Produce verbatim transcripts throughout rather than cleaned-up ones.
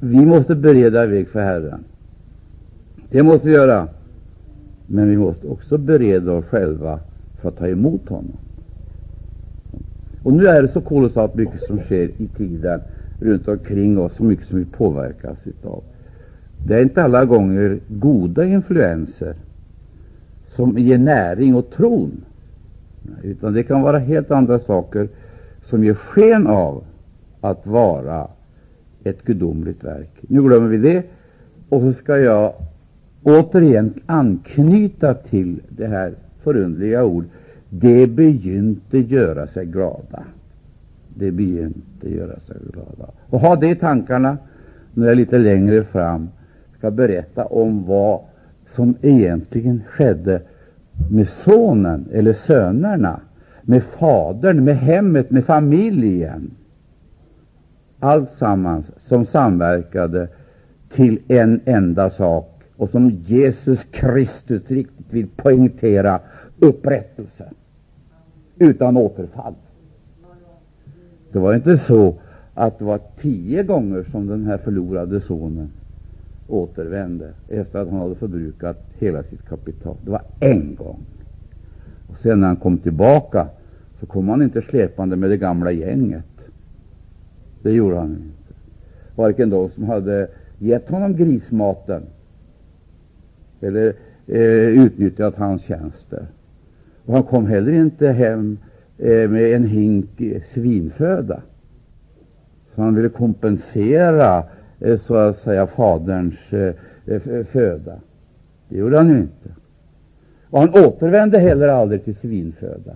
Vi måste bereda väg för Herren. Det måste vi göra. Men vi måste också bereda oss själva för att ta emot honom. Och nu är det så kolossalt mycket som sker i tiden runt omkring oss, så mycket som vi påverkas utav. Det är inte alla gånger goda influenser som ger näring och tron, utan det kan vara helt andra saker som ger sken av att vara ett gudomligt verk. Nu glömmer vi det, och så ska jag återigen anknyta till det här förundliga ord. Det begynte göra sig glada. Det begynte göra sig glada. Och ha det i tankarna när jag lite längre fram ska berätta om vad som egentligen skedde med sonen eller sönerna, med fadern, med hemmet, med familjen. Allt sammans som samverkade till en enda sak, och som Jesus Kristus riktigt vill poängtera: upprättelse utan återfall. Det var inte så att det var tio gånger som den här förlorade sonen återvände efter att han hade förbrukat hela sitt kapital. Det var en gång. Och sen när han kom tillbaka så kom han inte släpande med det gamla gänget. Det gjorde han inte. Varken de som hade gett honom grismaten eller eh, utnyttjat hans tjänster. Och han kom heller inte hem eh, med en hink svinföda. Så han ville kompensera eh, så att säga faderns eh, föda. Det gjorde han ju inte. Och han återvände heller aldrig till svinföda.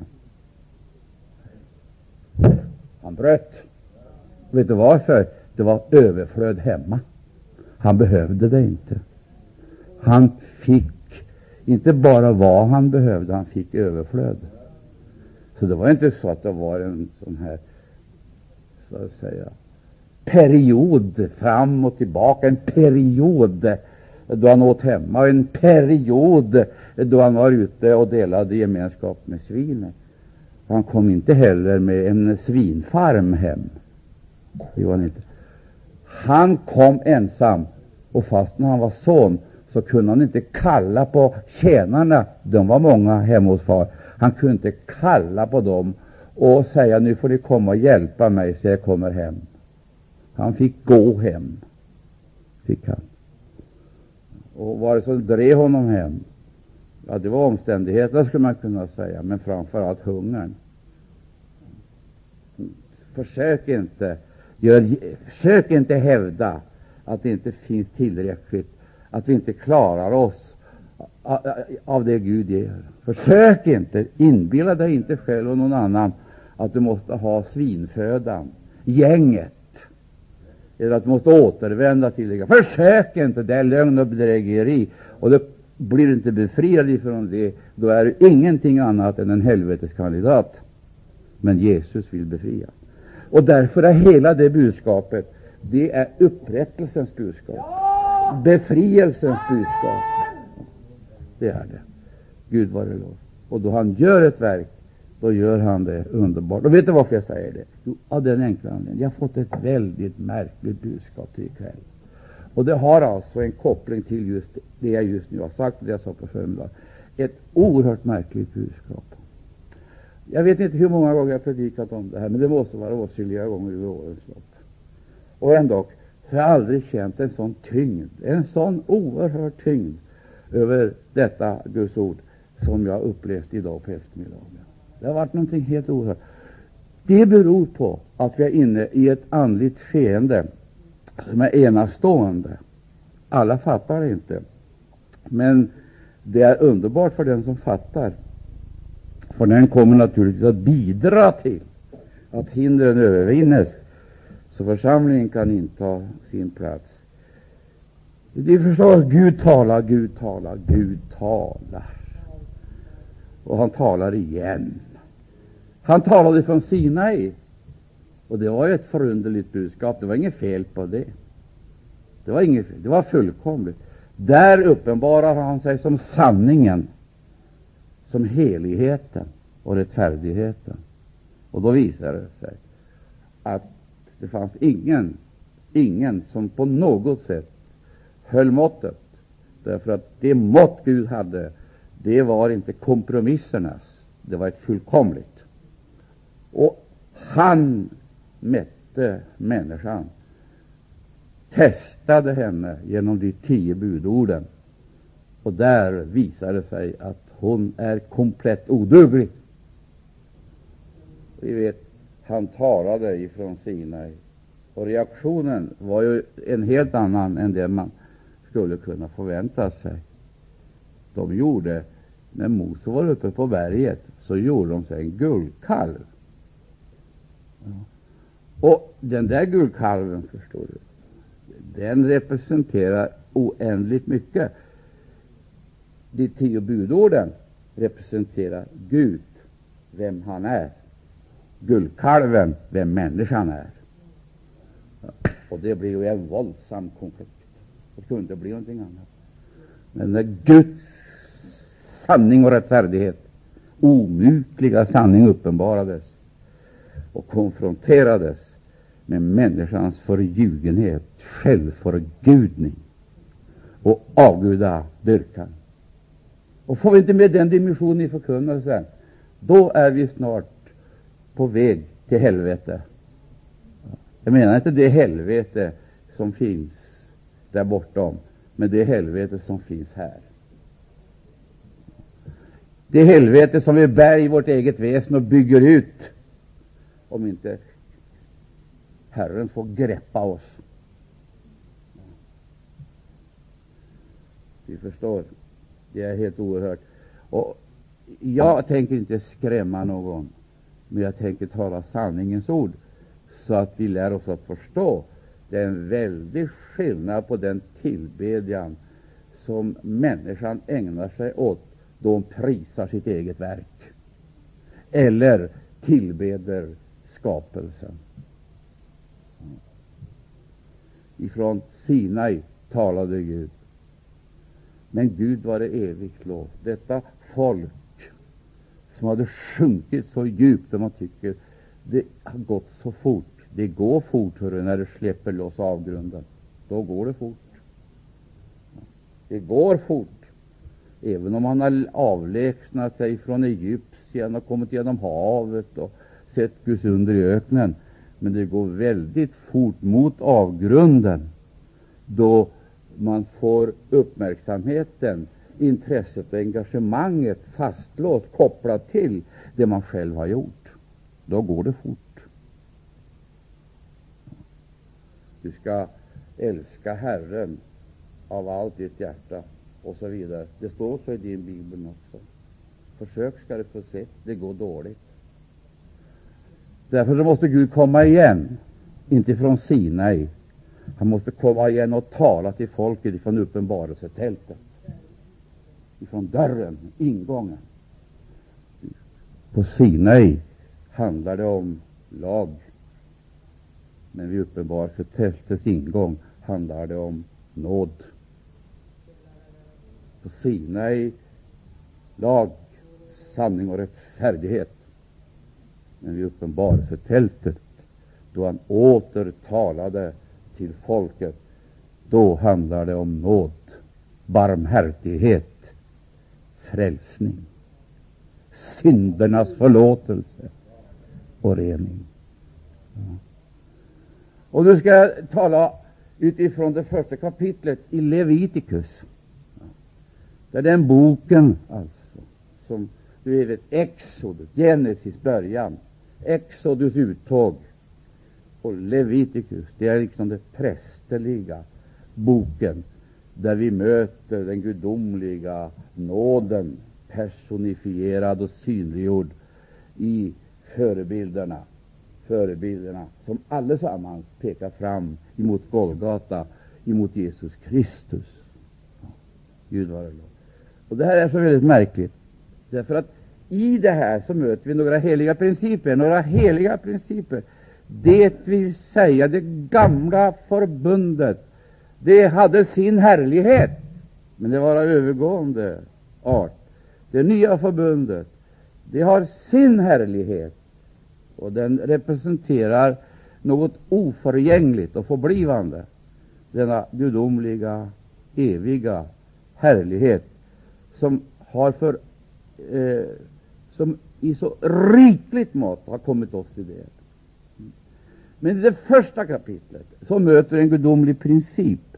Han bröt. Vet du varför? Det var överflöd hemma. Han behövde det inte. Han fick inte bara vad han behövde, han fick överflöd. Så det var inte så att det var en sån här, så att säga, period fram och tillbaka, en period då han åt hemma och en period då han var ute och delade gemenskap med svinen. Han kom inte heller med en svinfarm hem. Det var han inte. Han kom ensam, och fast när han var son så kunde han inte kalla på tjänarna. De var många hemma hos far. Han kunde inte kalla på dem och säga: nu får ni komma och hjälpa mig så jag kommer hem. Han fick gå hem. Fick han. Och vad det som drev honom hem? Ja, det var omständigheter, skulle man kunna säga, men framförallt hungern. Försök inte gör, försök inte hävda att det inte finns tillräckligt, att vi inte klarar oss av det Gud ger. Försök inte, inbilla dig inte själv och någon annan att du måste ha svinfödan, gänget, eller att du måste återvända till det. Försök inte, det är lögn och bedrägeri, och det blir inte befriad ifrån det, då är det ingenting annat än en helveteskandidat. Men Jesus vill befria. Och därför är hela det budskapet, det är upprättelsens budskap, befrielsens budskap. Det är det. Gud var det lov. Och då han gör ett verk, då gör han det underbart. Och vet du varför jag säger det? Jo, av den enkla anledningen. Jag har fått ett väldigt märkligt budskap till ikväll. Och det har alltså en koppling till just det jag just nu har sagt, det jag sa på förmiddagen. Ett oerhört märkligt budskap. Jag vet inte hur många gånger jag har predikat om det här, men det måste vara åtskilliga gånger i årens lopp. Och ändå så har jag aldrig känt en sån tyngd, en sån oerhörd tyngd över detta Guds ord som jag upplevt idag på eftermiddagen. Det har varit någonting helt oerhört. Det beror på att vi är inne i ett andligt skeende som är enastående. Alla fattar det inte, men det är underbart för den som fattar. För den kommer naturligtvis att bidra till att hindren övervinnes, så församlingen kan inta sin plats. Det förstår, Gud talar, Gud talar, Gud talar. Och han talar igen. Han talade från Sinai, och det var ju ett förunderligt budskap. Det var inget fel på det. Det var inget fel. Det var fullkomligt. Där uppenbarar han sig som sanningen, som heligheten och rättfärdigheten. Och då visar det sig att det fanns ingen ingen som på något sätt höll måttet. Därför att det mått Gud hade, det var inte kompromissernas, det var ett fullkomligt. Och han mätte människan, testade henne genom de tio budorden, och där visade det sig att hon är komplett oduglig. Vi vet, han talade ifrån Sinai, och reaktionen var ju en helt annan än det man skulle kunna förvänta sig. De gjorde, när Mose var uppe på berget, så gjorde de sig en guldkalv. Och den där guldkalven, förstår du, den representerar oändligt mycket. De tio budorden representerar Gud, vem han är. Guldkalven, vem människan är. Och det blir ju en våldsam konflikt. Det kunde inte bli någonting annat. Men när Guds sanning och rättfärdighet, omutliga sanning, uppenbarades och konfronterades med människans förljugenhet, självförgudning och avgudadyrkan. Och får vi inte med den dimensionen i förkunnelsen, då är vi snart på väg till helvete. Jag menar inte det helvete som finns där bortom, men det helvete som finns här. Det helvete som vi bär i vårt eget väsen och bygger ut, om inte Herren får greppa oss. Vi förstår, det är helt oerhört. Och jag tänker inte skrämma någon, men jag tänker tala sanningens ord, så att vi lär oss att förstå. Det är en väldig skillnad på den tillbedjan som människan ägnar sig åt då hon prisar sitt eget verk eller tillbeder skapelsen. Ifrån Sinai talade Gud, men Gud var det evigt lov. Detta folk som hade sjunkit så djupt att man tycker det har gått så fort. Det går fort, hörru, när du släpper loss avgrunden. Då går det fort. Det går fort. Även om man har avlägsnat sig från Egypten och kommit genom havet och sett Guds under i öknen. Men det går väldigt fort mot avgrunden, då man får uppmärksamheten, intresset och engagemanget fastlåst, kopplat till det man själv har gjort. Då går det fort. Du ska älska Herren av allt ditt hjärta, och så vidare. Det står så i din bibel också. Försök ska du få se, det går dåligt. Därför måste Gud komma igen, inte från Sinai. Han måste komma igen och tala till folket ifrån uppenbarelsetältet, ifrån dörren, ingången. På Sinai handlar det om lag, men vid uppenbarelsetältets ingång handlar det om nåd. På Sinai lag, sanning och rättfärdighet, men vid uppenbarelsetältet, då han åter talade till folket, då handlar det om nåd, barmhärtighet, frälsning, syndernas förlåtelse och rening. Ja. Och nu ska jag tala utifrån det första kapitlet i Levitikus. Det är den boken alltså som du vet, Exodus, Genesis början, Exodus uttåg, och Levitikus, det är liksom den prästerliga boken där vi möter den gudomliga nåden personifierad och synliggjord i förebilderna, förebilderna som allesammans pekar fram emot Golgata, emot Jesus Kristus. Gud vare lov. Och det här är så väldigt märkligt, därför att i det här så möter vi några heliga principer, några heliga principer. Det vill säga, det gamla förbundet, det hade sin härlighet, men det var av övergående art. Det nya förbundet, det har sin härlighet, och den representerar något oförgängligt och förblivande, denna gudomliga, eviga härlighet som har för eh, som i så rikligt mått har kommit oss till del. Men i det första kapitlet så möter en gudomlig princip.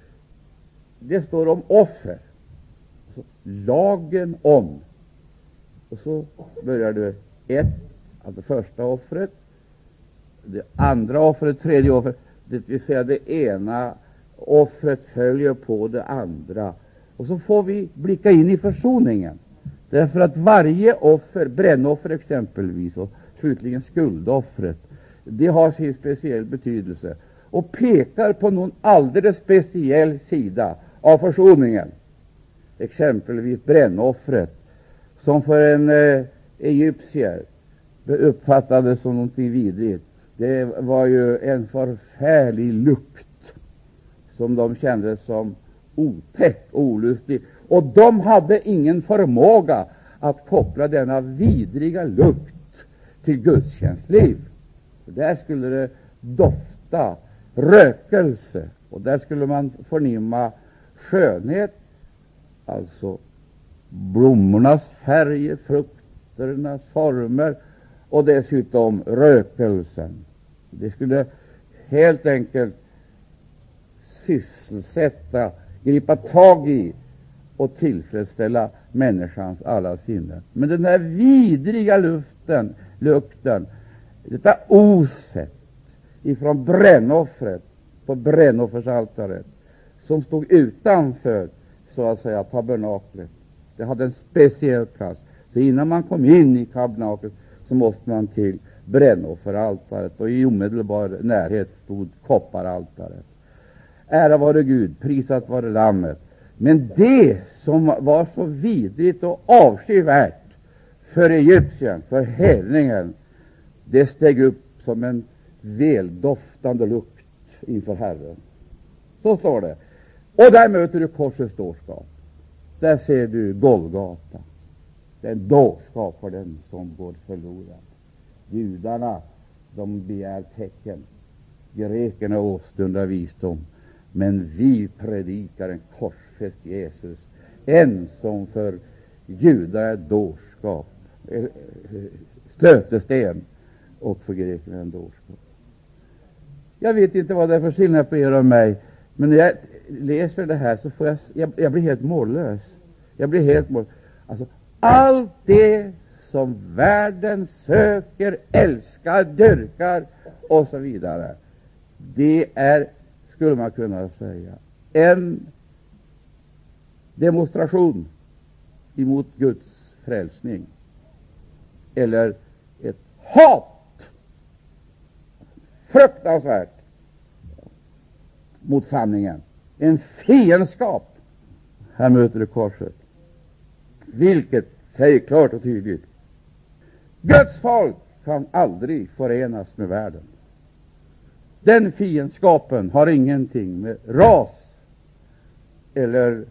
Det står om offer, så lagen om, och så börjar det ett, alltså första offret, det andra offret, tredje offret, det vill säga det ena offret följer på det andra, och så får vi blicka in i försoningen, därför att varje offer, brännoffer exempelvis, och slutligen skuldoffret, det har sin speciell betydelse och pekar på någon alldeles speciell sida av försoningen. Exempelvis brännoffret, som för en eh, egyptier uppfattades som någonting vidrigt. Det var ju en förfärlig lukt som de kände som otäck och olustig, och de hade ingen förmåga att koppla denna vidriga lukt till gudstjänstliv. Där skulle det dofta rökelse, och där skulle man förnimma skönhet, alltså blommornas färger, frukternas former, och dessutom rökelsen. Det skulle helt enkelt sysselsätta, gripa tag i och tillfredsställa människans alla sinnen. Men den här vidriga luften, lukten, detta oset ifrån brännoffret på brännoffersaltaret, som stod utanför, så att säga, tabernaklet, det hade en speciell plats. Så innan man kom in i tabernaklet så måste man till brännofferaltaret, och i omedelbar närhet stod kopparaltaret. Ära vare Gud, prisat vare Lammet. Men det som var så vidrigt och avskyvärt för Egypten, för hedningen, det steg upp som en väldoftande lukt inför Herren. Så står det. Och där möter du korsets dårskap. Där ser du Golgata. Det är en dårskap för den som går förlorad. Judarna, de begär tecken. Grekerna åstundar visdom. Men vi predikar en korsfäst Jesus, en som för judar är dårskap, stötesten, och för grekerna en dårskap. Jag vet inte vad det är för skillnad på er och mig, men när jag läser det här så får jag, jag, jag blir helt mållös. Jag blir helt mållös. Alltså, allt det som världen söker, älskar, dyrkar och så vidare, det är, skulle man kunna säga, en demonstration emot Guds frälsning, eller ett hat, fruktansvärt, mot sanningen, en fiendskap. Här möter du korset, vilket säger klart och tydligt: Guds folk kan aldrig förenas med världen. Den fiendskapen har ingenting med ras eller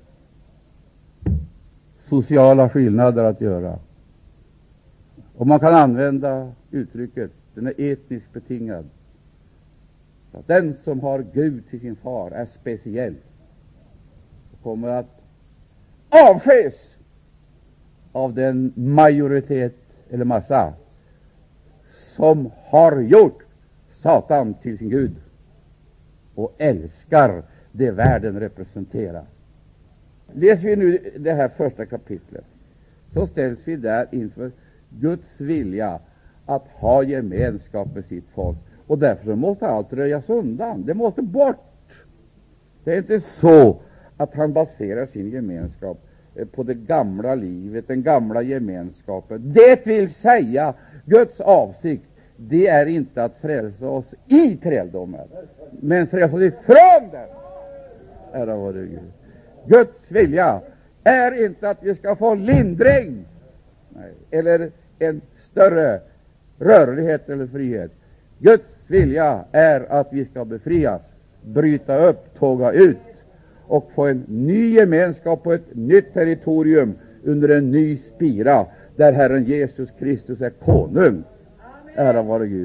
sociala skillnader att göra. Och man kan använda uttrycket, den är etniskt betingad. Att den som har Gud till sin far är speciell och kommer att avskäs av den majoritet eller massa som har gjort Satan till sin Gud och älskar det världen representerar. Läser vi nu det här första kapitlet, så ställs vi där inför Guds vilja att ha gemenskap med sitt folk, och därför måste allt röjas undan. Det måste bort. Det är inte så att han baserar sin gemenskap på det gamla livet, den gamla gemenskapen. Det vill säga, Guds avsikt, det är inte att frälsa oss i träldomen, men frälsa oss ifrån den. Ära vare Gud. Guds vilja är inte att vi ska få lindring, nej, eller en större rörlighet eller frihet. Guds vilja är att vi ska befrias, bryta upp, tåga ut och få en ny gemenskap på ett nytt territorium under en ny spira, där Herren Jesus Kristus är konung. Ära vare Gud.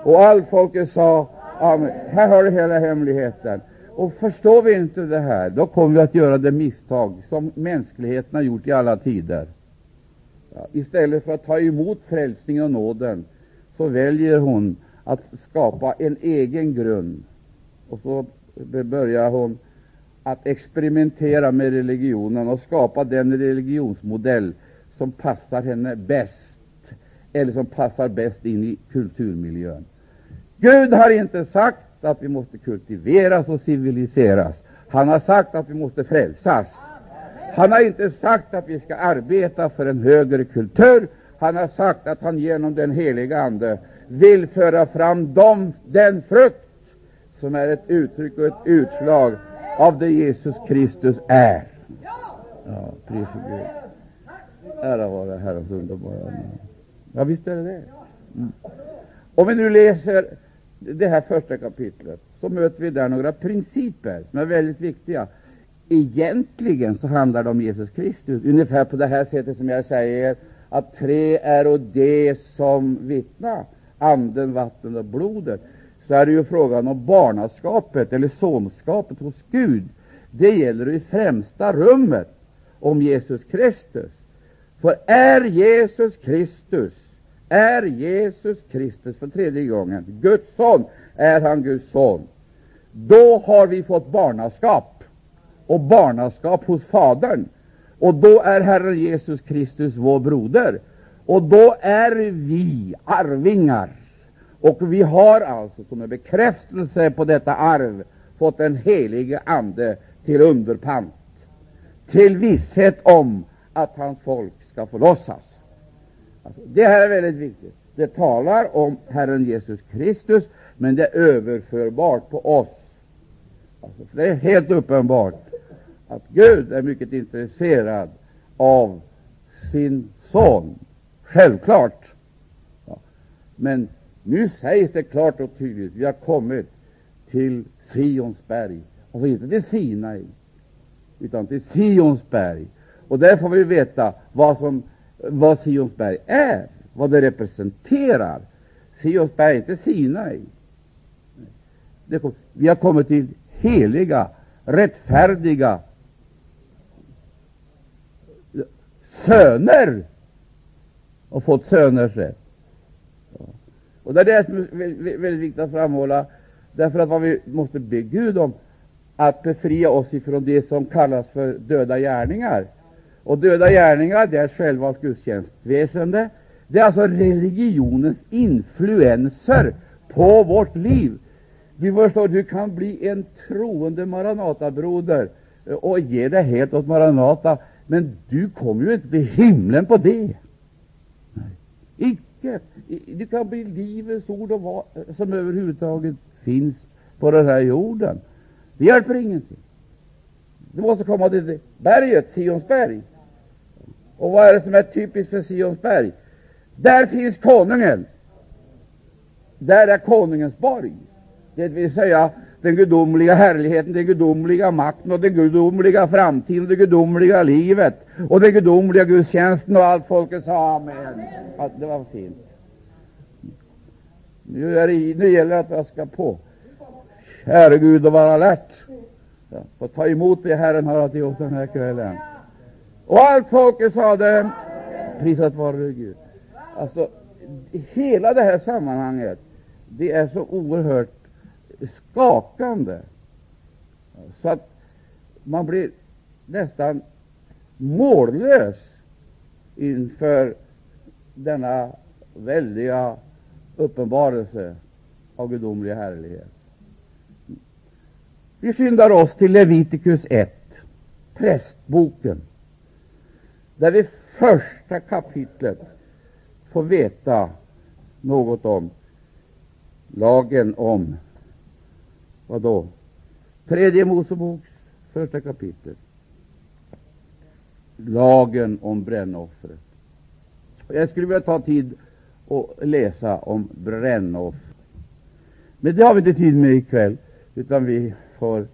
Och all folket sa amen. Här har du hela hemligheten. Och förstår vi inte det här, då kommer vi att göra det misstag som mänskligheten har gjort i alla tider. Ja, istället för att ta emot frälsningen och nåden, så väljer hon att skapa en egen grund. Och så börjar hon att experimentera med religionen och skapa den religionsmodell som passar henne bäst, eller som passar bäst in i kulturmiljön. Gud har inte sagt att vi måste kultiveras och civiliseras. Han har sagt att vi måste frälsas. Han har inte sagt att vi ska arbeta för en högre kultur. Han har sagt att han genom den heliga Ande vill föra fram dem, den frukt som är ett uttryck och ett utslag av det Jesus Kristus är. Ja, pris för Gud. Ära vare Herrens underbara namn. Ja, visst är det det. Mm. Om vi nu läser det här första kapitlet, så möter vi där några principer som är väldigt viktiga. Egentligen så handlar det om Jesus Kristus, ungefär på det här sättet som jag säger, att tre är och det som vittnar, anden, vatten och blodet. Så är det ju frågan om barnaskapet eller sonskapet hos Gud. Det gäller i främsta rummet om Jesus Kristus. För är Jesus Kristus, är Jesus Kristus för tredje gången Guds son, är han Guds son, då har vi fått barnaskap, och barnaskap hos Fadern. Och då är Herren Jesus Kristus vår broder, och då är vi arvingar. Och vi har alltså som en bekräftelse på detta arv fått den helige Ande till underpant, till visshet om att hans folk ska förlossas. Alltså, det här är väldigt viktigt. Det talar om Herren Jesus Kristus, men det är överförbart på oss. Alltså, för det är helt uppenbart att Gud är mycket intresserad av sin son. Självklart. Ja. Men nu sägs det klart och tydligt, vi har kommit till Sionsberg. Alltså inte till Sinai, utan till Sionsberg. Och där får vi veta vad, som, vad Sionsberg är, vad det representerar. Sionsberg är inte Sinai. Det, vi har kommit till heliga, rättfärdiga söner och fått söners rätt. Och det är det som är väldigt, väldigt viktigt att framhålla, därför att vad vi måste be Gud om, att befria oss ifrån det som kallas för döda gärningar. Och döda gärningar, det är själva gudstjänstväsende. Det är alltså religionens influenser på vårt liv. Vi förstår, du kan bli en troende Maranata-broder och ge det helt åt Maranata, men du kommer ju inte till himlen på det. Nej, icke. Du kan bli livets ord och vad som överhuvudtaget finns på den här jorden. Det hjälper ingenting. Du måste komma till berget, Sionsberg. Och vad är det som är typiskt för Sionsberg? Där finns konungen. Där är konungens borg. Det vill säga den gudomliga härligheten, den gudomliga makten och den gudomliga framtiden, det gudomliga livet och den gudomliga gudstjänsten, och allt folket sa amen. Ja, det var fint. Nu, är det, nu gäller det att vaska på. Käre Gud, och vara alert. Ja, få ta emot det Herren har till oss den här kvällen. Och allt folket sa det, prisat vare Gud. Alltså, hela det här sammanhanget, det är så oerhört skakande, så att man blir nästan mållös inför denna väldiga uppenbarelse av gudomlig härlighet. Vi skyndar oss till Levitikus ett, prästboken, där vi första kapitlet får veta något om lagen om, vad då? Tredje Moseboks första kapitel. Lagen om brännoffret. Jag skulle vilja ta tid och läsa om brännoffer. Men det har vi inte tid med ikväll, utan vi får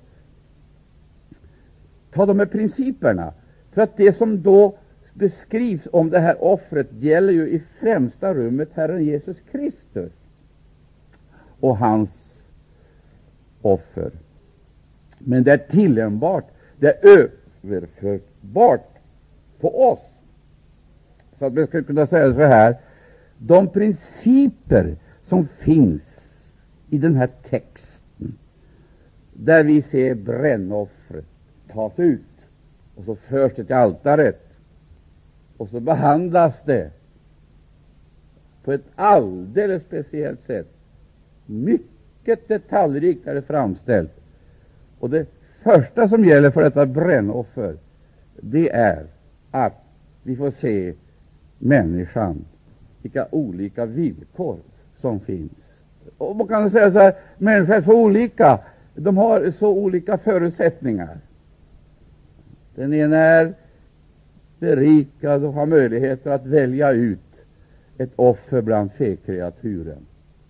ta de här principerna. För att det som då beskrivs om det här offret gäller ju i främsta rummet Herren Jesus Kristus. och hans offer. Men det är tillämpbart, det är överförbart på oss. Så att vi skulle kunna säga så här: de principer som finns i den här texten, där vi ser brännoffret tas ut och så förs det till altaret och så behandlas det på ett alldeles speciellt sätt, mycket detaljrikt är det framställt. Och det första som gäller för detta brännoffer, det är att vi får se människan, vilka olika villkor som finns. Och man kan säga så här: människor är så olika, de har så olika förutsättningar. Den ena är berikad och har möjligheter att välja ut ett offer bland fekreaturen,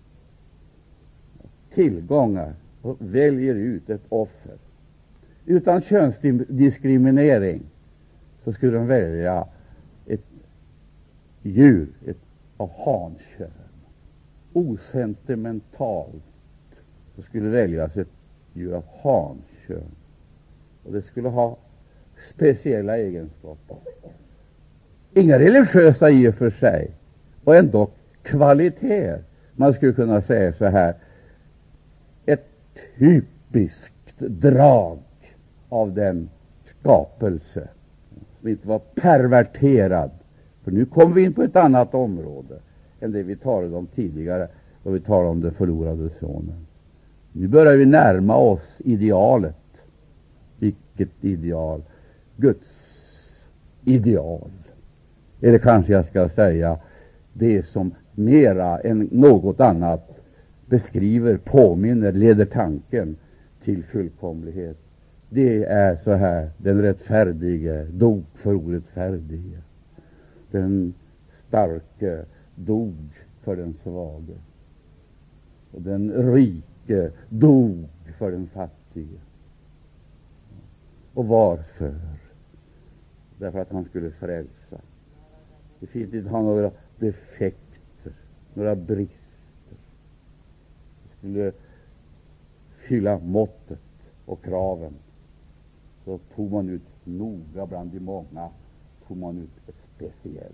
tillgångar, och väljer ut ett offer. Utan könsdiskriminering så skulle de välja ett djur, ett av hankön. Osentimentalt så skulle väljas ett djur av hankön, och det skulle ha speciella egenskaper. Inga religiösa i och för sig, och ändå kvaliteter. Man skulle kunna säga så här: ett typiskt drag av den skapelse som inte var perverterad. För nu kommer vi in på ett annat område än det vi talade om tidigare, då vi talade om den förlorade sonen. Nu börjar vi närma oss idealet. Vilket ideal? Guds ideal. Eller kanske jag ska säga det som mera än något annat beskriver, påminner, leder tanken till fullkomlighet. Det är så här: den rättfärdige dog för orättfärdige. Den starke dog för den svage. Och den rike dog för den fattige. Och varför? Därför att han skulle frälsa. Det finns inte ha några defekter, några brister. Det skulle fylla måttet och kraven. Så tog man ut noga bland de många, tog man ut ett speciellt,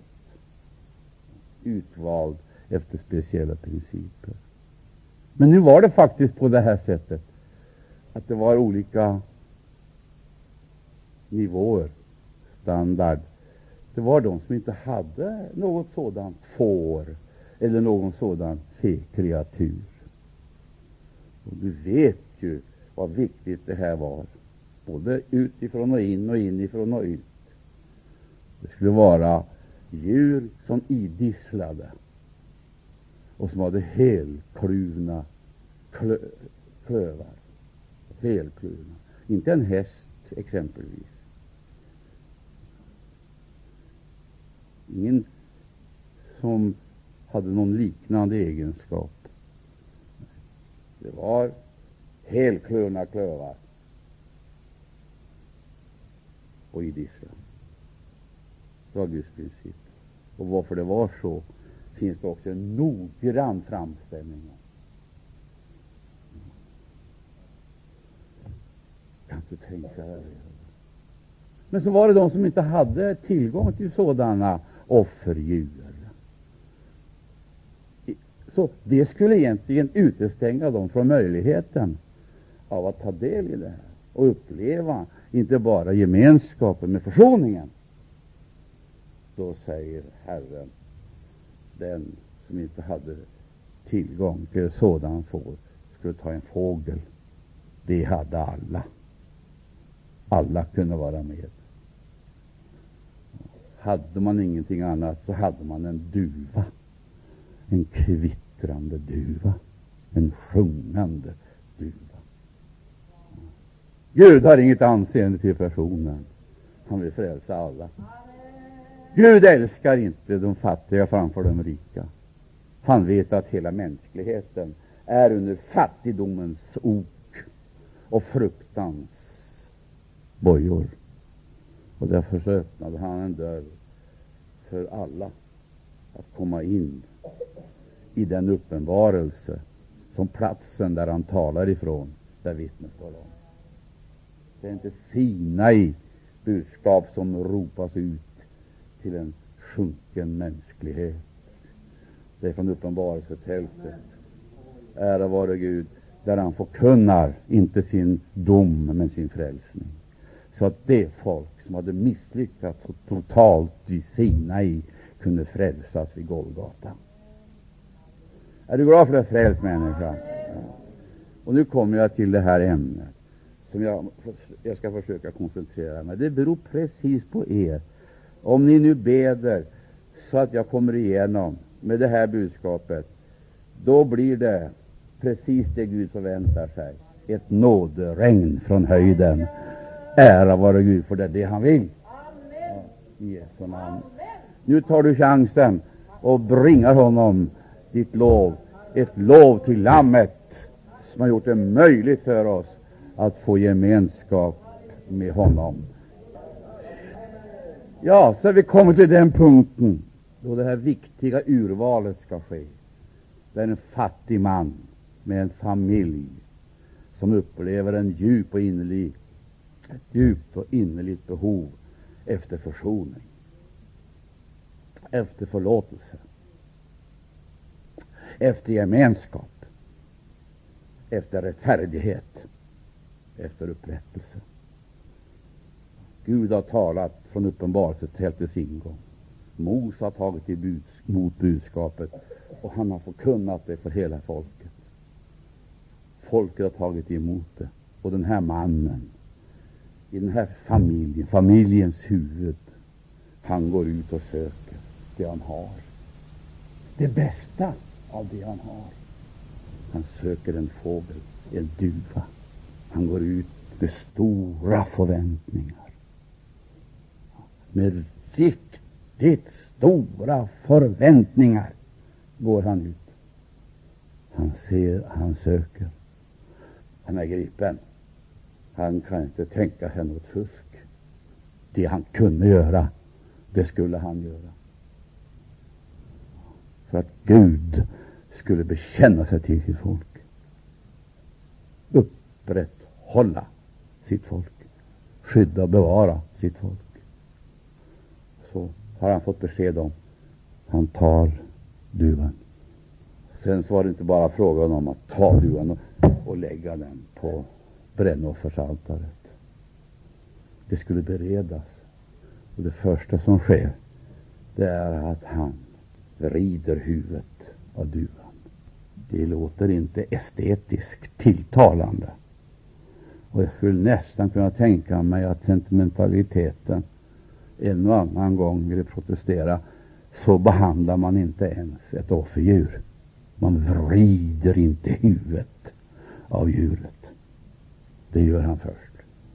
utvald efter speciella principer. Men nu var det faktiskt på det här sättet att det var olika nivåer, standard. Det var de som inte hade något sådant får eller någon sådan fe-kreatur. Och du vet ju vad viktigt det här var, både utifrån och in och inifrån och ut. Det skulle vara djur som idisslade och som hade helkluvna klö, klövar. Helkluvna. Inte en häst exempelvis. Ingen som hade någon liknande egenskap. Det var helkluvna klövar och idissla. Det var Guds princip. Och varför det var så finns det också en noggrann framställning. Kan du tänka dig? Men så var det de som inte hade tillgång till sådana offerdjur. Så det skulle egentligen utestänga dem från möjligheten av att ta del i det här och uppleva inte bara gemenskapen med försoningen. Då säger Herren: den som inte hade tillgång till sådan får skulle ta en fågel. Det hade alla. Alla kunde vara med. Hade man ingenting annat så hade man en duva. En kvittrande duva. En sjungande duva. Gud har inget anseende till personen. Han vill frälsa alla. Gud älskar inte de fattiga framför de rika. Han vet att hela mänskligheten är under fattigdomens ok och fruktans bojor. Och därför så öppnade han en dörr för alla att komma in i den uppenbarelse som platsen där han talar ifrån, där vittnet står om. Det är inte Sinai budskap som ropas ut till en sjunken mänsklighet. Det är från uppenbarelsetältet. Ära vare Gud, där han förkunnar inte sin dom men sin frälsning. Så att det folk som hade misslyckats så totalt vid Sinai kunde frälsas vid Golgata. Är du glad för det, frälst människa? Ja. Och nu kommer jag till det här ämnet som jag, jag ska försöka koncentrera mig. Det beror precis på er. Om ni nu beder så att jag kommer igenom med det här budskapet, då blir det precis det Gud förväntar sig. Ett nåderegn från höjden. Ära vare Gud, för det är det han vill. Ja, i Jesu namn. Nu tar du chansen och bringar honom ditt lov. Ett lov till Lammet som har gjort det möjligt för oss att få gemenskap med honom. Ja, så vi kommer till den punkten då det här viktiga urvalet ska ske. Det är en fattig man med en familj som upplever en djup och innerlig, ett djupt och innerligt behov efter försoning, efter förlåtelse, efter gemenskap, efter rättfärdighet, efter upprättelse. Gud har talat från uppenbarelsetältets ingång. Mose har tagit emot budskapet och han har förkunnat det för hela folket. Folket har tagit emot det. Och den här mannen i den här familjen, familjens huvud, han går ut och söker det han har. Det bästa av det han har. Han söker en fågel, en duva. Han går ut med stora förväntningar. Med riktigt stora förväntningar går han ut. Han ser, han söker. Han är gripen. Han kan inte tänka sig något fusk. Det han kunde göra, det skulle han göra. För att Gud skulle bekänna sig till sitt folk. Upprätthålla sitt folk. Skydda och bevara sitt folk. Så har han fått besked om. Han tar duvan. Sen så var det inte bara frågan om att ta duvan och, och lägga den på brännoffersaltaret. Det skulle beredas. Och det första som sker, det är att han rider huvudet av duvan. Det låter inte estetiskt tilltalande. Och jag skulle nästan kunna tänka mig att sentimentaliteten en och annan gång ville protestera. Så behandlar man inte ens ett offerdjur. Man vrider inte huvudet av djuret. Det gör han först.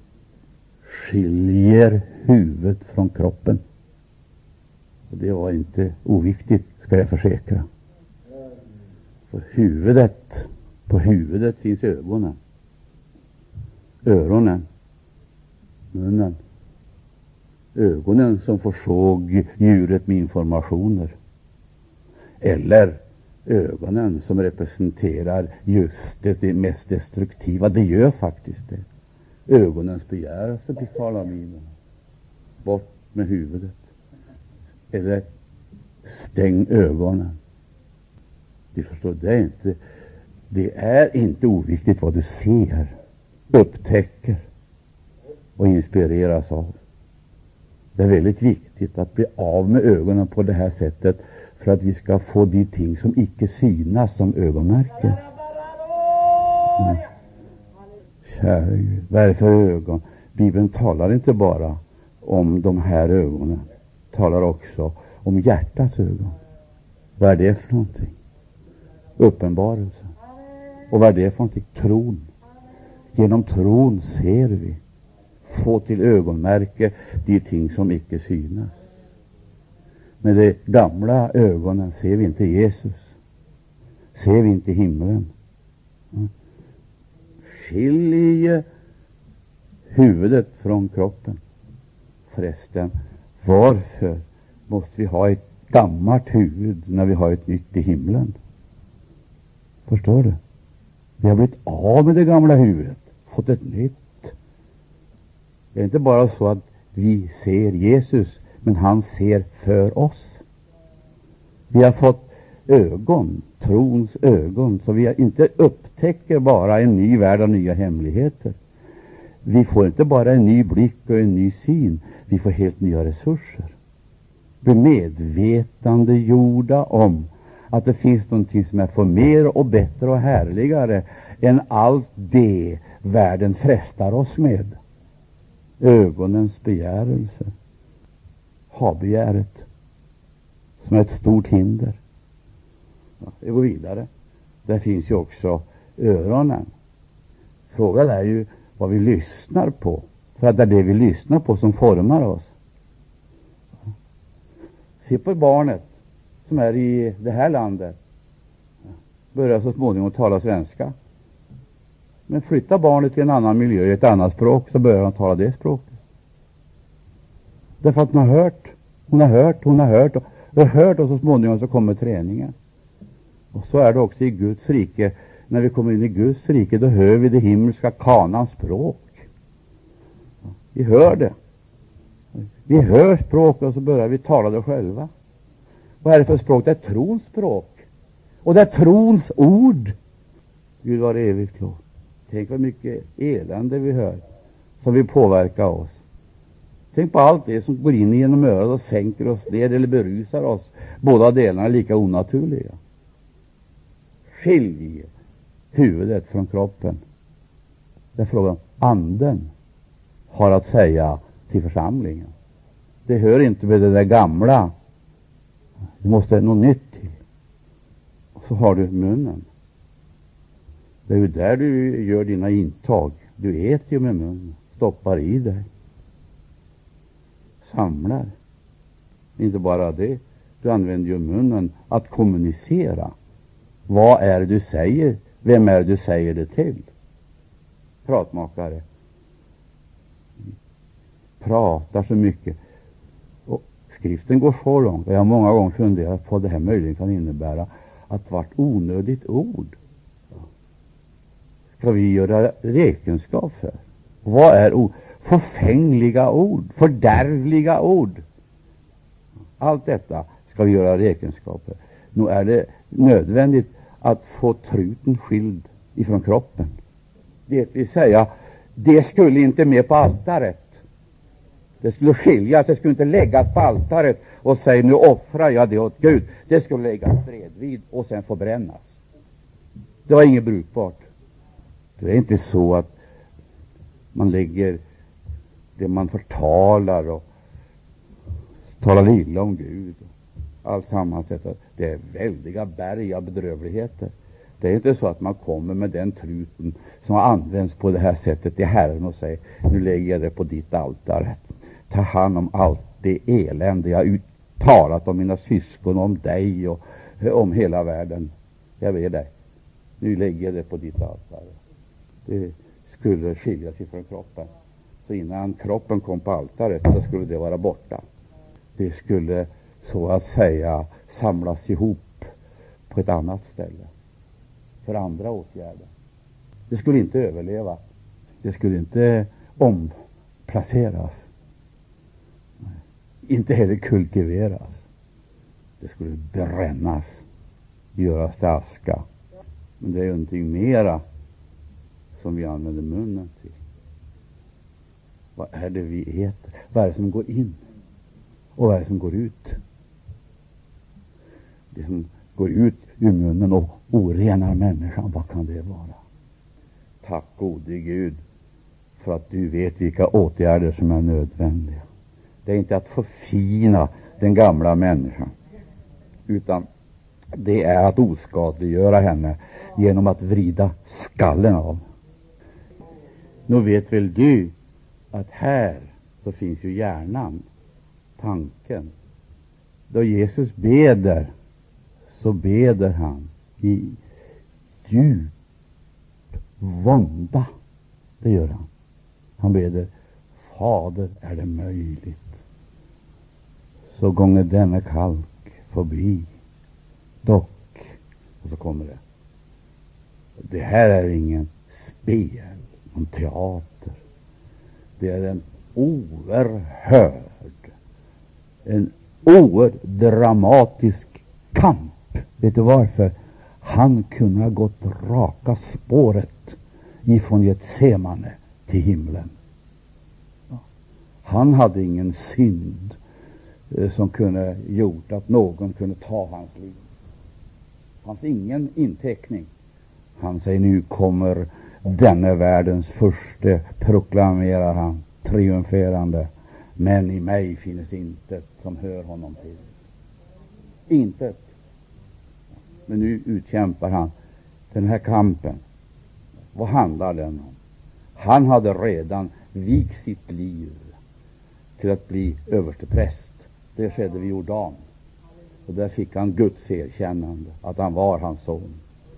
Skiljer huvudet från kroppen. Och det var inte oviktigt, ska jag försäkra. För huvudet, på huvudet finns ögonen, öronen, munnen. Ögonen som försåg djuret med informationer. Eller ögonen som representerar just det, det mest destruktiva. Det gör faktiskt det. Ögonens begärelse befaller minen. Bort med huvudet. Eller stäng ögonen. Du förstår, det är inte, det är inte oviktigt vad du ser, upptäcker och inspireras av. Det är väldigt viktigt att bli av med ögonen på det här sättet för att vi ska få de ting som icke synas som ögonmärken. Mm. Kära Gud, vad är det för ögon? Bibeln talar inte bara om de här ögonen, talar också om hjärtats ögon. Vad är det för någonting? Uppenbarelse. Och vad är det för någonting? Tron. Genom tron ser vi, få till ögonmärke de ting som icke synas. Med de gamla ögonen ser vi inte Jesus. Ser vi inte himlen. Skilje huvudet från kroppen. Förresten, varför måste vi ha ett gammalt huvud när vi har ett nytt i himlen? Förstår du? Vi har blivit av med det gamla huvudet, fått ett nytt. Det är inte bara så att vi ser Jesus, men han ser för oss. Vi har fått ögon, trons ögon, så vi inte upptäcker bara en ny värld och nya hemligheter. Vi får inte bara en ny blick och en ny syn, vi får helt nya resurser. Bli medvetande gjorda om att det finns någonting som är för mer och bättre och härligare än allt det världen frestar oss med. Ögonens begärelse, ha-begäret, som är ett stort hinder. Ja, vi går vidare. Där finns ju också öronen. Frågan är ju vad vi lyssnar på. För att det är det vi lyssnar på som formar oss. Se på barnet som är i det här landet. Börjar så småningom tala svenska. Men flytta barnet till en annan miljö, i ett annat språk, så börjar han tala det språket. Därför att hon har hört, hon har hört, hon har hört och, och hört, och så småningom så kommer träningen. Och så är det också i Guds rike. När vi kommer in i Guds rike, då hör vi det himmelska kanans språk. Vi hör det. Vi hör språk och så börjar vi tala det själva. Vad är det för språk? Det är trons språk. Och det är trons ord. Gud var evigt lov. Tänk vad mycket elände vi hör som vill påverka oss. Tänk på allt det som går in genom örat och sänker oss ner eller berusar oss. Båda delarna är lika onaturliga. Skilj huvudet från kroppen. Det är frågan. Anden har att säga till församlingen. Det hör inte med det där gamla. Det måste något nytt till. Och så har du munnen. Det är ju där du gör dina intag. Du äter ju med munnen. Stoppar i dig. Samlar. Inte bara det. Du använder ju munnen att kommunicera. Vad är det du säger? Vem är det du säger det till? Pratmakare. Pratar så mycket. Och skriften går så långt. Jag har många gånger funderat på vad det här möjligen kan innebära. Att vart onödigt ord ska vi göra räkenskap för. Vad är ord? Förfängliga ord, fördärvliga ord. Allt detta ska vi göra räkenskap för. Nu är det nödvändigt att få truten skild ifrån kroppen. Det vill säga, det skulle inte med på altaret. Det skulle skiljas, det skulle inte läggas på altaret och säga nu offrar jag det åt Gud. Det skulle läggas bredvid och sen få brännas. Det var inget brukbart. Det är inte så att man lägger det man förtalar och talar illa om Gud. Allt sammans detta. Det är väldiga berg av bedrövligheter. Det är inte så att man kommer med den truten som har använts på det här sättet till Herren och säger nu lägger jag det på ditt altare. Ta hand om allt det elände jag uttalat om mina syskon, om dig och om hela världen. Jag ber dig. Nu lägger jag det på ditt altare. Det skulle skiljas ifrån kroppen. Så innan kroppen kom på altaret så skulle det vara borta. Det skulle så att säga samlas ihop på ett annat ställe för andra åtgärder. Det skulle inte överleva. Det skulle inte omplaceras. Inte heller kultiveras. Det skulle brännas, göras till aska. Men det är ju någonting mera som vi använder munnen till. Vad är det vi äter? Vad är det som går in? Och vad är det som går ut? Det som går ut ur munnen och orenar människan, vad kan det vara? Tack gode Gud för att du vet vilka åtgärder som är nödvändiga. Det är inte att förfina den gamla människan, utan det är att oskadliggöra henne genom att vrida skallen av. Nu vet väl du att här så finns ju hjärnan, tanken. Då Jesus beder så beder han i djup vånda. Det gör han. Han beder, Fader, är det möjligt så gånger denna kalk förbi. Dock, och så kommer det, Det här är ingen spel, en teater. Det är en oerhörd, en oerhörd dramatisk kamp. Vet du varför? Han kunde ha gått raka spåret ifrån Getsemane till himlen. Han hade ingen synd eh, som kunde gjort att någon kunde ta hans liv. Det fanns ingen inteckning. Han säger, nu kommer denna världens första, proklamerar han triumferande, men i mig finns intet som hör honom till. Intet. Men nu utkämpar han den här kampen. Vad handlar den om? Han hade redan vigt sitt liv till att bli överstepräst. Det skedde vid Jordan. Och där fick han Guds erkännande att han var hans son.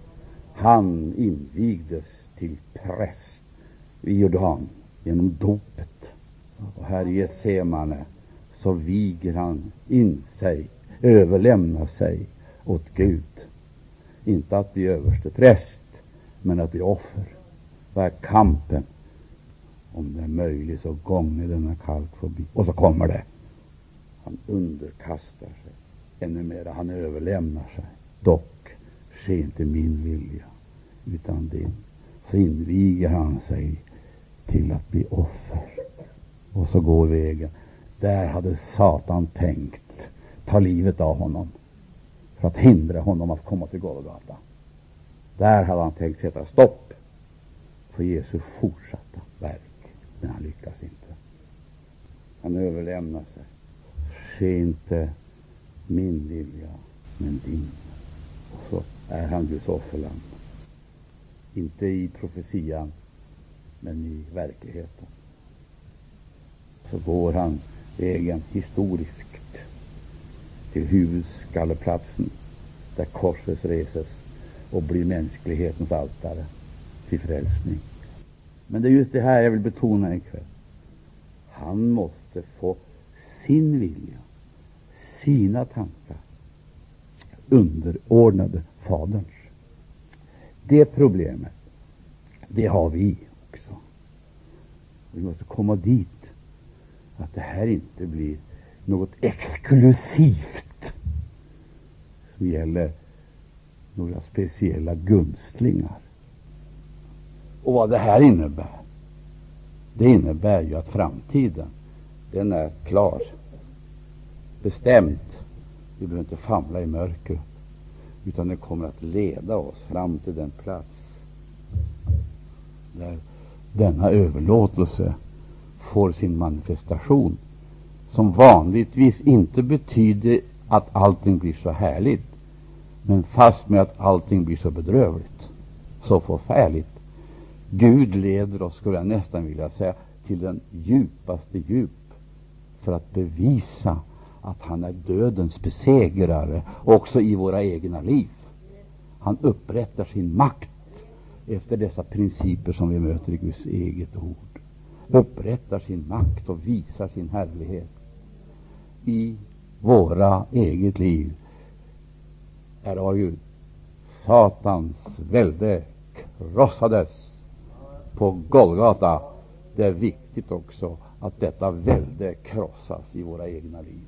Han invigdes till präst vid Jordan genom dopet. Och här i Getsemane så viger han in sig, överlämnar sig åt Gud. Inte att bli överstepräst, men att bli offer. Vad är kampen? Om det är möjligt så gånger denna kalk förbi. Och så kommer det. Han underkastar sig ännu mer. Han överlämnar sig. Dock sker inte min vilja utan din. Så inviger han sig till att bli offer. Och så går vägen. Där hade Satan tänkt ta livet av honom för att hindra honom att komma till Golgata. Där hade han tänkt sätta stopp för Jesu fortsatta verk. Men han lyckas inte. Han överlämnar sig. Ske inte min vilja, men din. Och så är han Guds offerland. Inte i profetian, men i verkligheten. Så går han vägen historiskt till huvudskalleplatsen, där korset reses och blir mänsklighetens altare till frälsning. Men det är just det här jag vill betona ikväll. Han måste få sin vilja, sina tankar underordnade Faderns. Det problemet, det har vi också. Vi måste komma dit att det här inte blir något exklusivt som gäller några speciella gunstlingar. Och vad det här innebär, det innebär ju att framtiden, den är klar, bestämd. Vi behöver inte famla i mörker, utan det kommer att leda oss fram till den plats där denna överlåtelse får sin manifestation, som vanligtvis inte betyder att allting blir så härligt, men fast med att allting blir så bedrövligt, så förfärligt. Gud leder oss, skulle jag nästan vilja säga, till den djupaste djup för att bevisa att han är dödens besegrare också i våra egna liv. Han upprättar sin makt efter dessa principer som vi möter i Guds eget ord. Upprättar sin makt och visar sin härlighet i våra eget liv. Här har ju Satans välde krossades på Golgata. Det är viktigt också att detta välde krossas i våra egna liv.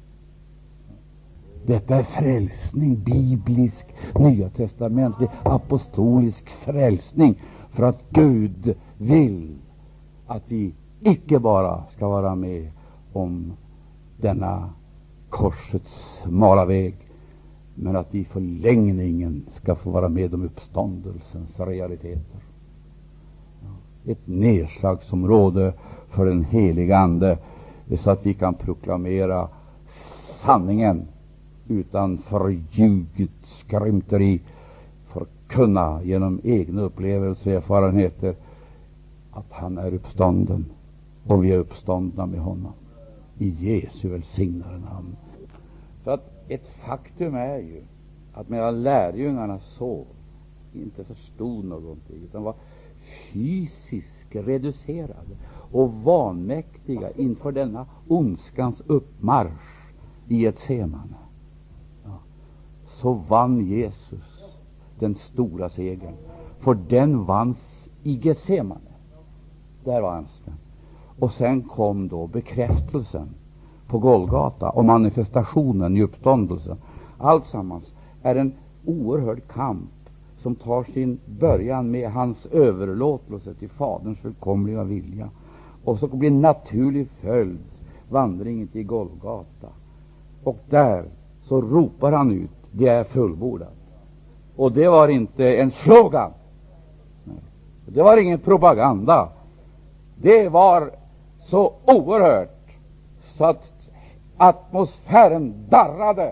Detta är frälsning, biblisk, nya testamentig, apostolisk frälsning, för att Gud vill att vi icke bara ska vara med om denna korsets smala väg, men att vi i förlängningen ska få vara med om uppståndelsens realiteter. Ett nedslagsområde för den heliga Ande, så att vi kan proklamera sanningen utan förljuget skrymteri, förkunna genom egna upplevelser och erfarenheter att han är uppstånden och vi är uppståndna med honom i Jesu välsignade namn. Så att ett faktum är ju att medan lärjungarna sov, inte förstod någonting utan var fysiskt reducerade och vanmäktiga inför denna ondskans uppmarsch i ett semane, ja, så vann Jesus den stora segern. för den vanns i Getsemane. Där vanns den. Och sen kom då bekräftelsen på Golgata och manifestationen i uppståndelsen. Allt sammans är en oerhörd kamp som tar sin början med hans överlåtelse till Faderns fullkomliga vilja. Och så blir en naturlig följd vandringen till Golgata. Och där så ropar han ut: det är fullbordat. Och det var inte en slogan. Det var ingen propaganda. Det var så oerhört så att atmosfären darrade.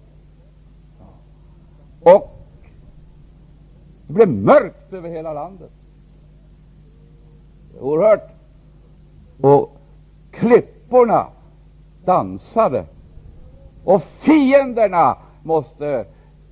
Och det blev mörkt över hela landet. Oerhört. Och klipporna dansade. Och fienderna måste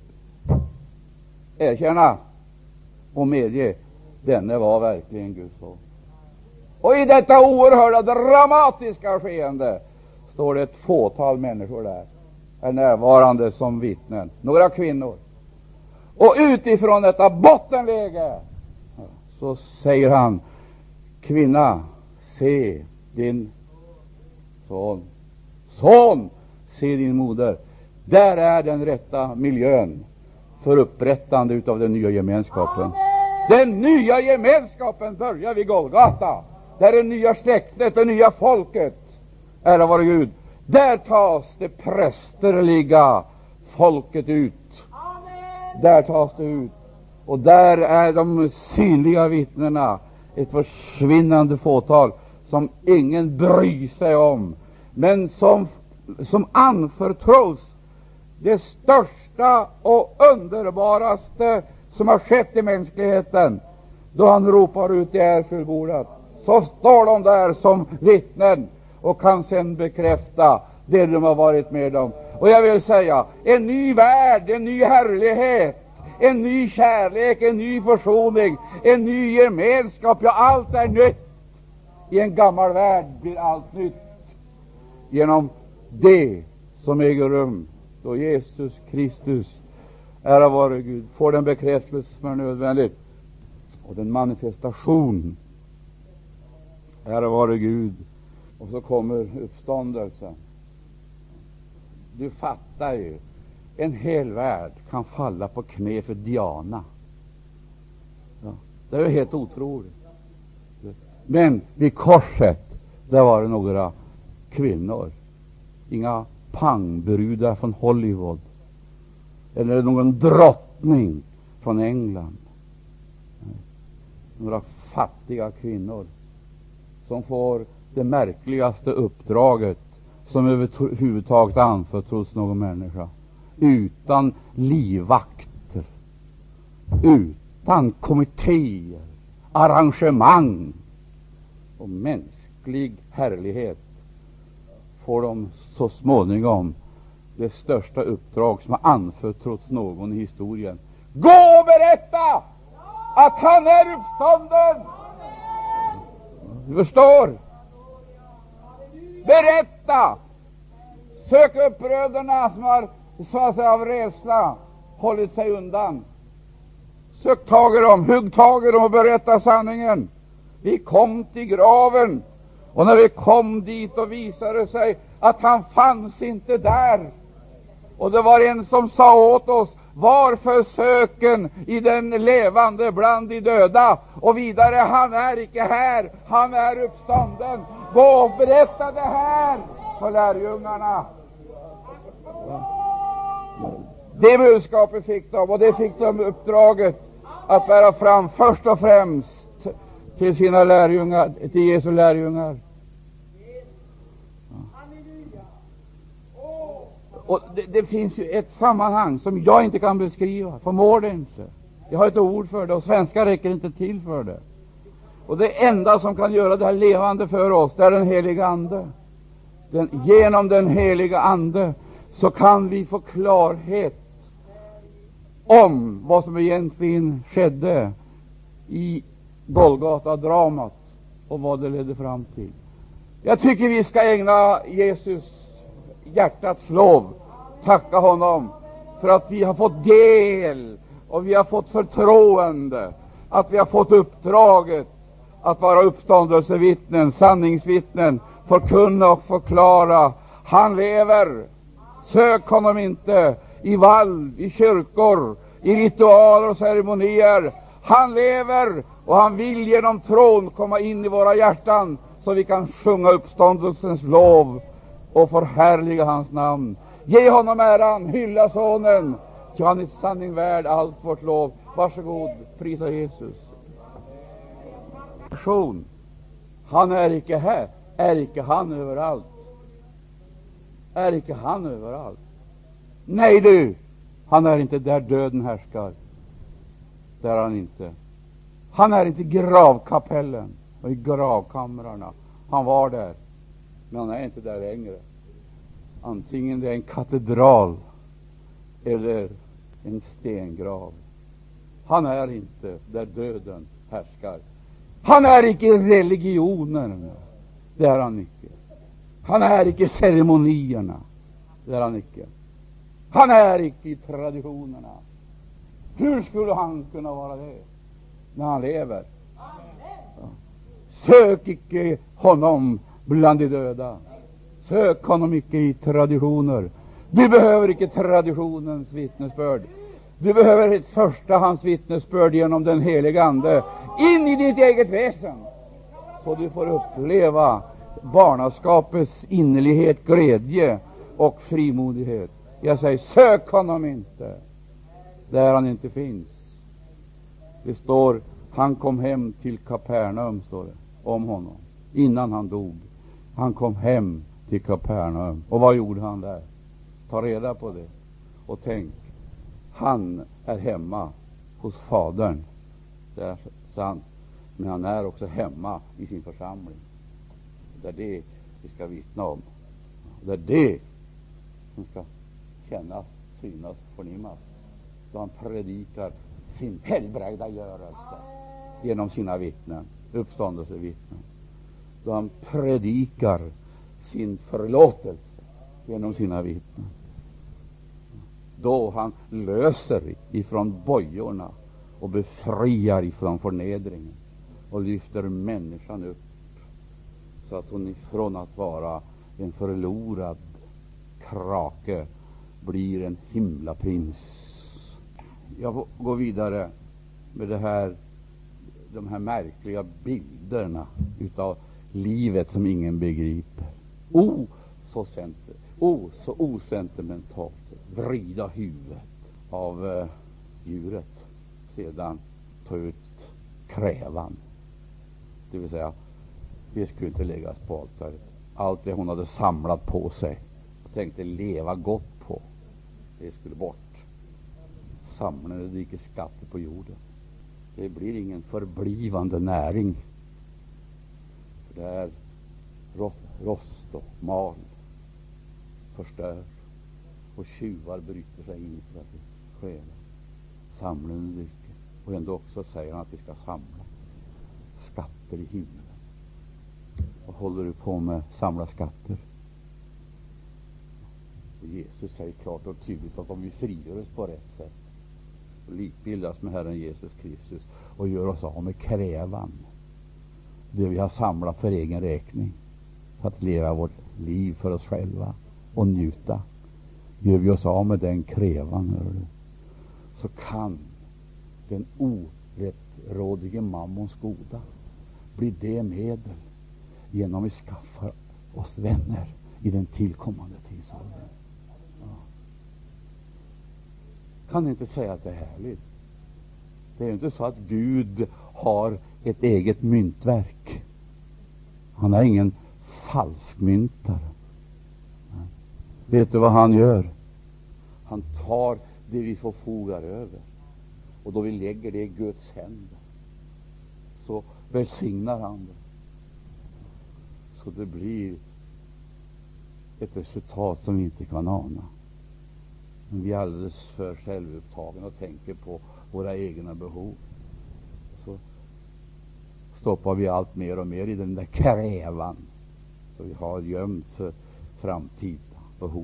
erkänna och medge: denne var verkligen Guds son. Och i detta oerhörda dramatiska skeende står det ett fåtal människor där, är närvarande som vittnen, några kvinnor. Och utifrån detta bottenläge så säger han: kvinna, se din son. Son, se din moder. Där är den rätta miljön för upprättande utav den nya gemenskapen. Den nya gemenskapen börjar vid Golgata. Där är det nya släktet, det nya folket. Ära vare Gud. Där tas det prästerliga folket ut. Där tas det ut. Och där är de synliga vittnena ett försvinnande fåtal som ingen bryr sig om, men som, som anförtros det största och underbaraste som har skett i mänskligheten. Då han ropar ut: det är fullbordat. Så står de där som vittnen och kan sedan bekräfta det de har varit med om. Och jag vill säga: en ny värld, en ny härlighet, en ny kärlek, en ny försoning, en ny gemenskap. Ja, allt är nytt. I en gammal värld blir allt nytt genom det som äger rum då Jesus Kristus, ära vare Gud, får den bekräftelse som är nödvändig och den manifestation, ära vare Gud. Och så kommer uppståndelsen. Du fattar ju, en hel värld kan falla på knä för Diana. Ja, det är ju helt otroligt. Men vid korset, där var det några kvinnor, inga pangbrudar från Hollywood eller någon drottning från England. Några fattiga kvinnor som får det märkligaste uppdraget som överhuvudtaget anförtros någon människa, utan livvakter, utan kommittéer, arrangemang och mänsklig härlighet, får de så småningom det största uppdrag som har anförtrotts någon i historien. Gå och berätta att han är uppstånden! Du förstår? Berätta! Sök upp bröderna som har, så att säga, av rädsla hållit sig undan. Sök tag i dem, hugg tag i dem och berätta sanningen. Vi kom till graven, och när vi kom dit och visade sig att han fanns inte där. Och det var en som sa åt oss: varför söken i den levande bland de döda? Och vidare: han är icke här, han är uppstånden. Gå och berätta det här för lärjungarna. Det budskapet fick de, och det fick de uppdraget att bära fram först och främst till sina lärjungar, till Jesu lärjungar. Och det, det finns ju ett sammanhang som jag inte kan beskriva, förmår det inte. Jag har ett ord för det, och svenska räcker inte till för det. Och det enda som kan göra det här levande för oss, det är den heliga Ande. Den, genom den heliga Ande så kan vi få klarhet om vad som egentligen skedde i Golgata-dramat och vad det ledde fram till. Jag tycker vi ska ägna Jesus hjärtats lov, tacka honom för att vi har fått del och vi har fått förtroende att vi har fått uppdraget att vara uppståndelsevittnen, sanningsvittnen, förkunna och förklara. Han lever. Sök honom inte i vall, i kyrkor, i ritualer och ceremonier. Han lever, och han vill genom tron komma in i våra hjärtan, så vi kan sjunga uppståndelsens lov och förhärliga hans namn. Ge honom äran, hylla sonen, ty han är sanning värd allt vårt lov. Varsågod, prisa Jesus. Han är icke här. Är icke han överallt? Är icke han överallt? Nej du, han är inte där döden härskar. Där är han inte. Han är inte i gravkapellen och i gravkamrarna. Han var där, men han är inte där längre. Antingen det är en katedral eller en stengrav. Han är inte där döden härskar. Han är icke i religionerna. Det är han icke. Han är icke i ceremonierna. Det är han icke. Han är icke i traditionerna. Hur skulle han kunna vara det när han lever? Ja. Sök icke honom bland de döda. Sök honom icke i traditioner. Du behöver icke traditionens vittnesbörd. Du behöver ett förstahands vittnesbörd genom den heliga Ande in i ditt eget väsen, så du får uppleva barnaskapets innerlighet, glädje och frimodighet. Jag säger, sök honom inte där han inte finns. Det står, han kom hem till Kapernaum, står det om honom, innan han dog. Han kom hem till Kapernaum. Och vad gjorde han där? Ta reda på det och tänk. Han är hemma hos Fadern. Det är sant. Men han är också hemma i sin församling. Det är det vi ska vittna om. Det är det som ska kännas, synas, förnimmas. Då han predikar sin helbrägdagörelse genom sina vittnen, uppståndelsevittnen. Då han predikar sin förlåtelse genom sina vittnen. Då han löser ifrån bojorna och befriar ifrån förnedringen och lyfter människan upp, så att hon ifrån att vara en förlorad krake blir en himlaprins. Jag går vidare med det här, de här märkliga bilderna utav livet som ingen begriper. Oh, så center, oh, så osentimentalt vrida huvudet av uh, djuret, sedan ta ut krävan. Det vill säga, det skulle inte läggas på altaret. Allt det hon hade samlat på sig och tänkte leva gott på, det skulle bort. Samlade rika skatter på jorden. Det blir ingen förblivande näring. För det är rost och mal, förstör, och tjuvar bryter sig in för att stjäla. Samlande drycker. Och ändå också säger han att vi ska samla skatter i himlen. Vad håller du på med? Samla skatter. Och Jesus säger klart och tydligt att om vi frigör oss på rätt sätt och likbildas med Herren Jesus Kristus och gör oss av med krävan, det vi har samlat för egen räkning, för att leva vårt liv för oss själva och njuta, gör vi oss av med den krävan, hör du, så kan den orättrådige mammons goda bli det medel genom vi skaffar oss vänner i den tillkommande tidsåldern. Ja. Kan ni inte säga att det är härligt? Det är inte så att Gud har ett eget myntverk. Han är ingen falskmyntare. Ja. Vet du vad han gör? Han tar det vi förfogar över, och då vi lägger det i Guds händer, så välsignar han det. Så det blir ett resultat som vi inte kan ana. Men vi är alldeles för självupptagna och tänker på våra egna behov. Så stoppar vi allt mer och mer i den där krävan, så vi har gömt för framtida behov.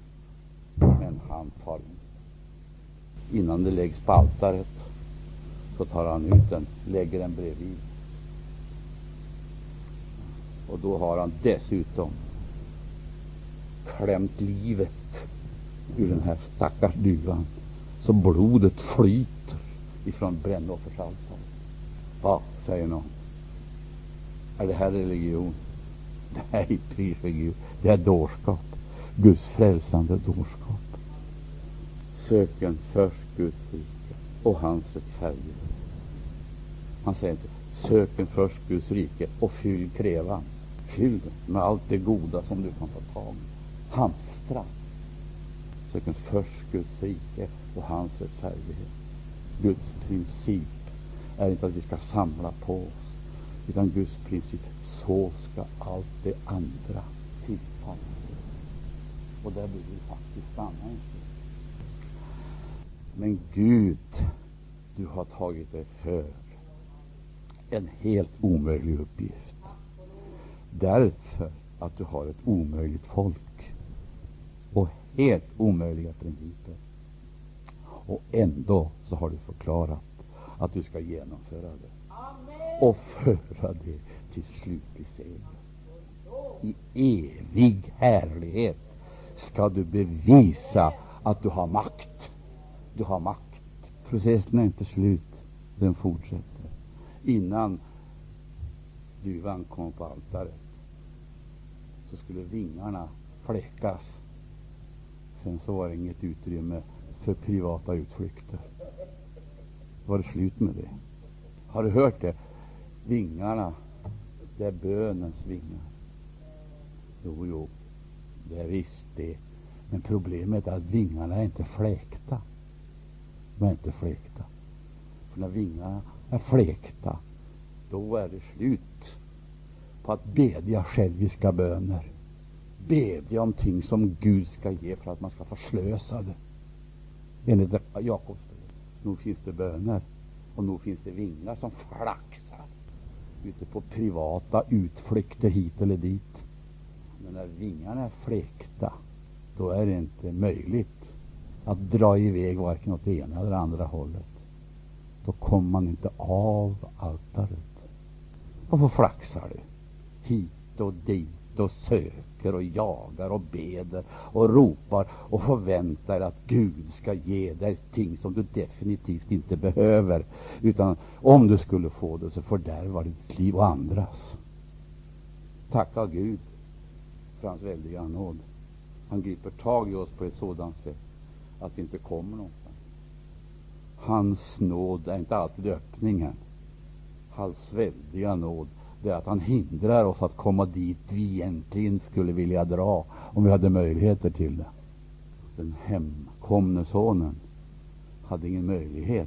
Men han tar innan det läggs på altaret Så tar han ut den, lägger den bredvid. Och då har han dessutom klämt livet ur den här stackars duvan, så blodet flyter ifrån brännoffersaltaren. Va, säger någon. Är det här religion? Nej, pris för Gud. Det är dårskap. Guds frälsande dårskap. Söken först Guds rike och hans rättfärdighet. Han säger inte söken först Guds rike och fyll krävan. Fyll den med allt det goda som du kan få tag i. Hamstra. Söken först Guds rike och hans rättfärdighet. Guds princip är inte att vi ska samla på oss, utan Guds princip, så ska allt det andra tillfalla. Och där blir vi faktiskt stanna en stund. Men Gud, du har tagit dig för en helt omöjlig uppgift, därför att du har ett omöjligt folk och helt omöjliga principer. Och ändå så har du förklarat att du ska genomföra det. Amen. Och föra det till slutlig seger. I evig härlighet ska du bevisa att du har makt. Du har makt. Processen är inte slut. Den fortsätter. Innan duvan kom på altaret så skulle vingarna fläckas. Sen så var det inget utrymme för privata utflykter. Var det slut med det? Har du hört det? Vingarna, det är bönens vingar. Jo, jo, det är visst det. Men problemet är att vingarna är inte fläkta. De är inte fläkta. För när vingarna är fläkta, då är det slut på att bedja själviska böner. Bedja om ting som Gud ska ge för att man ska förslösa det. Enligt Jakobs brev. Nu finns det böner och nu finns det vingar som flaxar ute på privata utflykter hit eller dit. Men när vingarna är fläkta, då är det inte möjligt att dra iväg varken åt det ena eller andra hållet. Då kommer man inte av altaret. Varför flaxar du? Hit och dit och söker och jagar och beder och ropar och förväntar att Gud ska ge dig ting som du definitivt inte behöver, utan om du skulle få det så fördärvar ditt liv och andras. Tacka Gud för hans väldiga nåd. Han griper tag i oss på ett sådant sätt att vi inte kommer någonstans. Hans nåd är inte alltid öppningen. Hans väldiga nåd, det är att han hindrar oss att komma dit vi egentligen skulle vilja dra om vi hade möjligheter till det. Den hemkomne sonen hade ingen möjlighet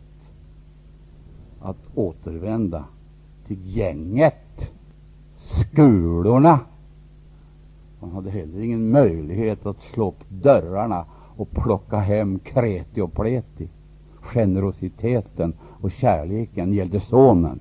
att återvända till gänget, skolorna. Han hade heller ingen möjlighet att slå upp dörrarna och plocka hem kreti och pleti. Generositeten och kärleken gällde sonen,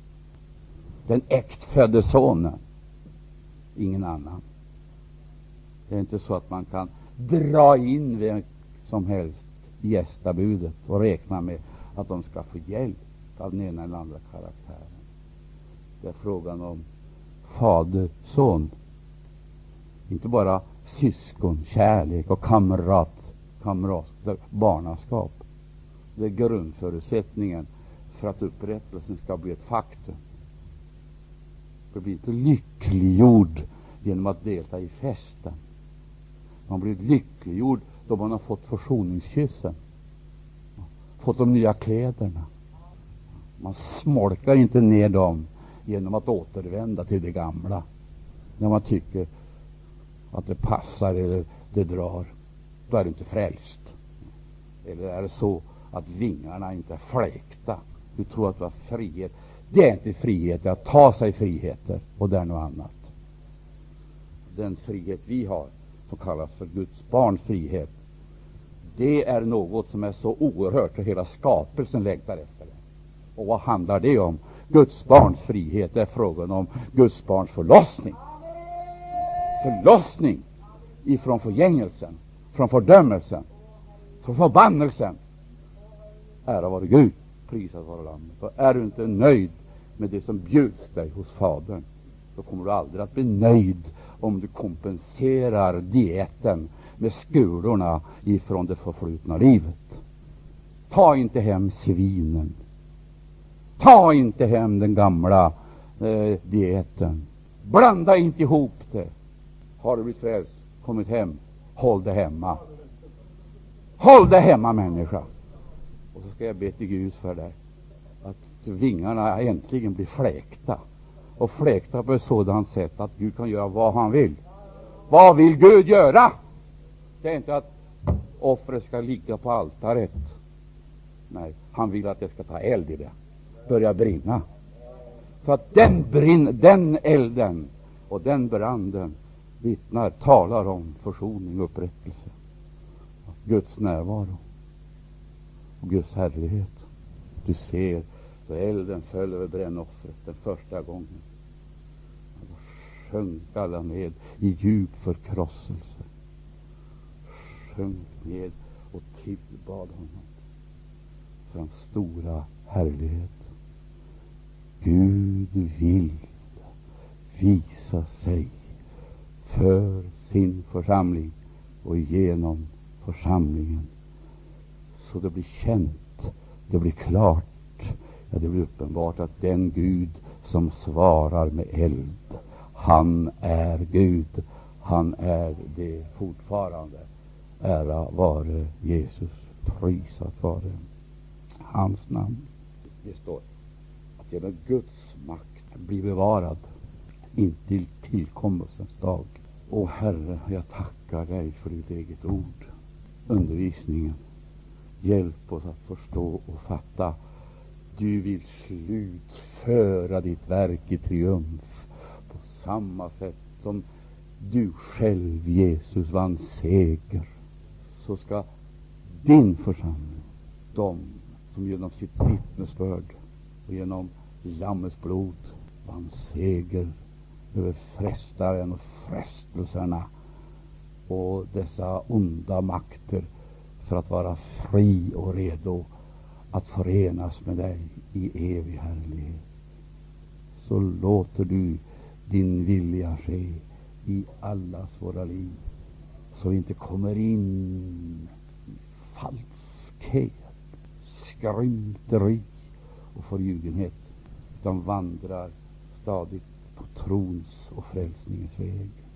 den äktfödde sonen, ingen annan. Det är inte så att man kan dra in vem som helst i gästabudet och räkna med att de ska få hjälp av den ena eller andra karaktären. Det är frågan om fader, son, inte bara syskon, kärlek och kamrat, kamrat, barnaskap. Det är grundförutsättningen för att upprättelsen ska bli ett faktum. Man blir inte lyckliggjord genom att delta i festen. Man blir lyckliggjord då man har fått försoningskyssen, fått de nya kläderna. Man smolkar inte ner dem genom att återvända till det gamla när man tycker att det passar eller det drar. Då är det inte frälst. Eller är det så att vingarna inte är fläkta? Du tror att du har frihet. Det är inte frihet, det är att ta sig friheter, och det är något annat. Den frihet vi har, som kallas för Guds barns frihet, det är något som är så oerhört, och hela skapelsen längtar efter det. Och vad handlar det om? Guds barns frihet är frågan om Guds barns förlossning. Förlossning ifrån förgängelsen, från fördömelsen, från förbannelsen. Ära vare Gud. Prisat vara lammet. Och är du inte nöjd med det som bjuds dig hos Fadern, så kommer du aldrig att bli nöjd om du kompenserar dieten med skulorna ifrån det förflutna livet. Ta inte hem svinen. Ta inte hem den gamla eh, dieten. Blanda inte ihop det. Har du blivit frälst, kommit hem, håll det hemma. Håll det hemma, människa. Och så ska jag be till Gud för dig, att vingarna äntligen blir fläkta. Och fläkta på ett sådant sätt att Gud kan göra vad han vill. Vad vill Gud göra? Det är inte att offret ska ligga på altaret. Nej, han vill att det ska ta eld i det. Börja brinna. Så att den, brinn, den elden och den branden vittnar, talar om försoning, upprättelse, Guds närvaro och Guds härlighet. Du ser, då elden föll över brännoffret den första gången, då sjönk alla ned i djup förkrosselse, sjönk ned och tillbad honom för hans stora härlighet. Gud vill visa sig för sin församling och genom församlingen, så det blir känt, det blir klart, ja, det blir uppenbart att den Gud som svarar med eld, han är Gud, han är det fortfarande. Ära vare Jesus, prisat vare hans namn. Det står att genom Guds makt blir bevarad intill tillkommelsens dag. Åh Herre, jag tackar dig för ditt eget ord, undervisningen. Hjälp oss att förstå och fatta. Du vill slutföra ditt verk i triumf på samma sätt som du själv, Jesus, vann seger. Så ska din församling, de som genom sitt vittnesbörd och genom lammets blod vann seger över frestaren och frestelserna och dessa onda makter, för att vara fri och redo att förenas med dig i evig härlighet. Så låter du din vilja ske i allas våra liv, så vi inte kommer in i falskhet, skrymteri och förljugenhet, utan vandrar stadigt på trons och frälsningens väg.